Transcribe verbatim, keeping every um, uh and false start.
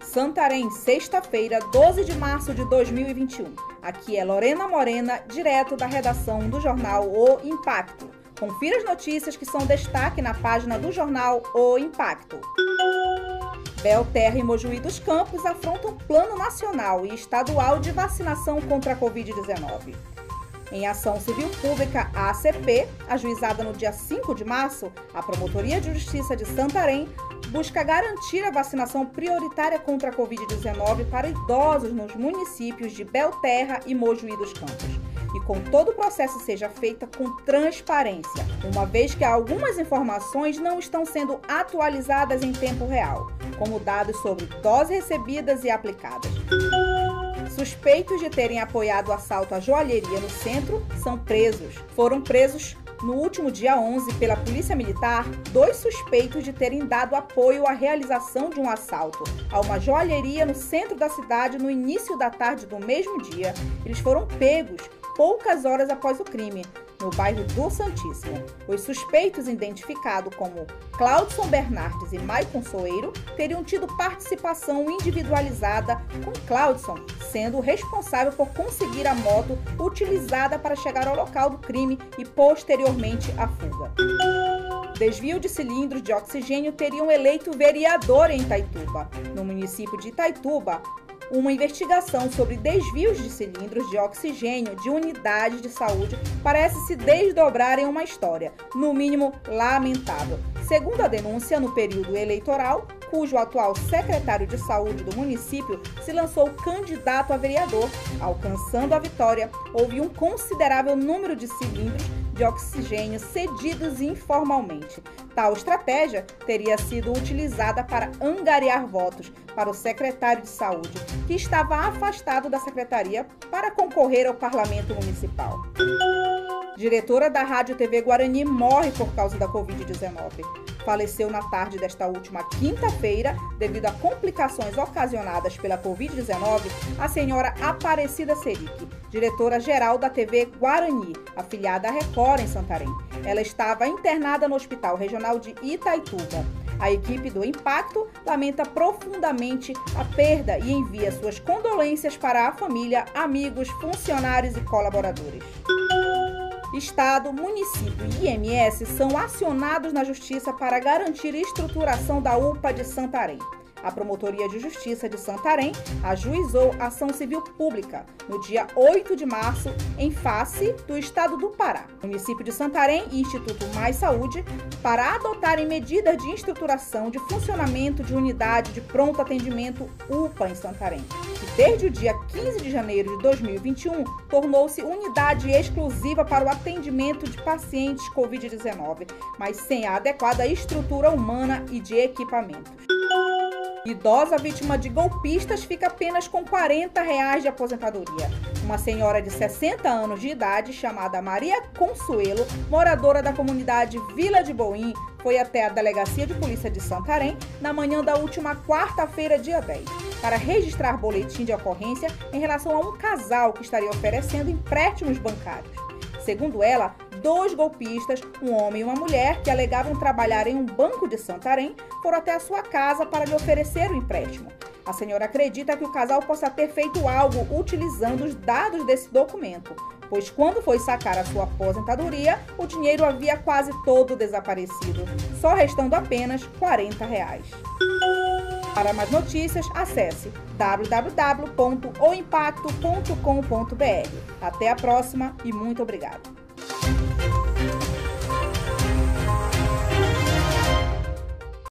Santarém, sexta-feira, doze de março de dois mil e vinte e um. Aqui é Lorena Morena, direto da redação do jornal O Impacto. Confira as notícias que são destaque na página do jornal O Impacto. Belterra e Mojuí dos Campos afrontam plano nacional e estadual de vacinação contra a covid dezenove. Em ação civil pública A C P, ajuizada no dia cinco de março, a Promotoria de Justiça de Santarém busca garantir a vacinação prioritária contra a covid dezenove para idosos nos municípios de Belterra e Mojuí dos Campos. E com todo o processo seja feita com transparência, uma vez que algumas informações não estão sendo atualizadas em tempo real, como dados sobre doses recebidas e aplicadas. Suspeitos de terem apoiado o assalto à joalheria no centro são presos. Foram presos no último dia onze pela Polícia Militar dois suspeitos de terem dado apoio à realização de um assalto a uma joalheria no centro da cidade no início da tarde do mesmo dia. Eles foram pegos poucas horas após o crime, no bairro do Santíssimo. Os suspeitos, identificados como Claudson Bernardes e Maicon Soeiro, teriam tido participação individualizada, com Claudson sendo o responsável por conseguir a moto utilizada para chegar ao local do crime e posteriormente a fuga. Desvio de cilindros de oxigênio teriam eleito vereador em Itaituba. No município de Itaituba, uma investigação sobre desvios de cilindros de oxigênio de unidades de saúde parece se desdobrar em uma história, no mínimo lamentável. Segundo a denúncia, no período eleitoral, cujo atual secretário de saúde do município se lançou candidato a vereador, alcançando a vitória, houve um considerável número de cilindros de oxigênio cedidos informalmente. Tal estratégia teria sido utilizada para angariar votos para o secretário de saúde, que estava afastado da secretaria para concorrer ao parlamento municipal. Diretora da Rádio T V Guarani morre por causa da covid dezenove. Faleceu na tarde desta última quinta-feira, devido a complicações ocasionadas pela covid dezenove, a senhora Aparecida Seric, diretora-geral da T V Guarani, afiliada à Record em Santarém. Ela estava internada no Hospital Regional de Itaituba. A equipe do Impacto lamenta profundamente a perda e envia suas condolências para a família, amigos, funcionários e colaboradores. Estado, município e I M S são acionados na Justiça para garantir a estruturação da U P A de Santarém. A Promotoria de Justiça de Santarém ajuizou ação civil pública no dia oito de março em face do Estado do Pará, município de Santarém e Instituto Mais Saúde para adotarem medidas de estruturação de funcionamento de unidade de pronto atendimento U P A em Santarém, que desde o dia quinze de janeiro de dois mil e vinte e um tornou-se unidade exclusiva para o atendimento de pacientes covid dezenove, mas sem a adequada estrutura humana e de equipamentos. Idosa vítima de golpistas fica apenas com quarenta reais de aposentadoria. Uma senhora de sessenta anos de idade, chamada Maria Consuelo, moradora da comunidade Vila de Boim, foi até a Delegacia de Polícia de Santarém na manhã da última quarta-feira, dia dez, para registrar boletim de ocorrência em relação a um casal que estaria oferecendo empréstimos bancários. Segundo ela, dois golpistas, um homem e uma mulher, que alegavam trabalhar em um banco de Santarém, foram até a sua casa para lhe oferecer o empréstimo. A senhora acredita que o casal possa ter feito algo utilizando os dados desse documento, pois quando foi sacar a sua aposentadoria, o dinheiro havia quase todo desaparecido, só restando apenas quarenta reais. Para mais notícias, acesse w w w ponto o impacto ponto com ponto b r. Até a próxima e muito obrigada.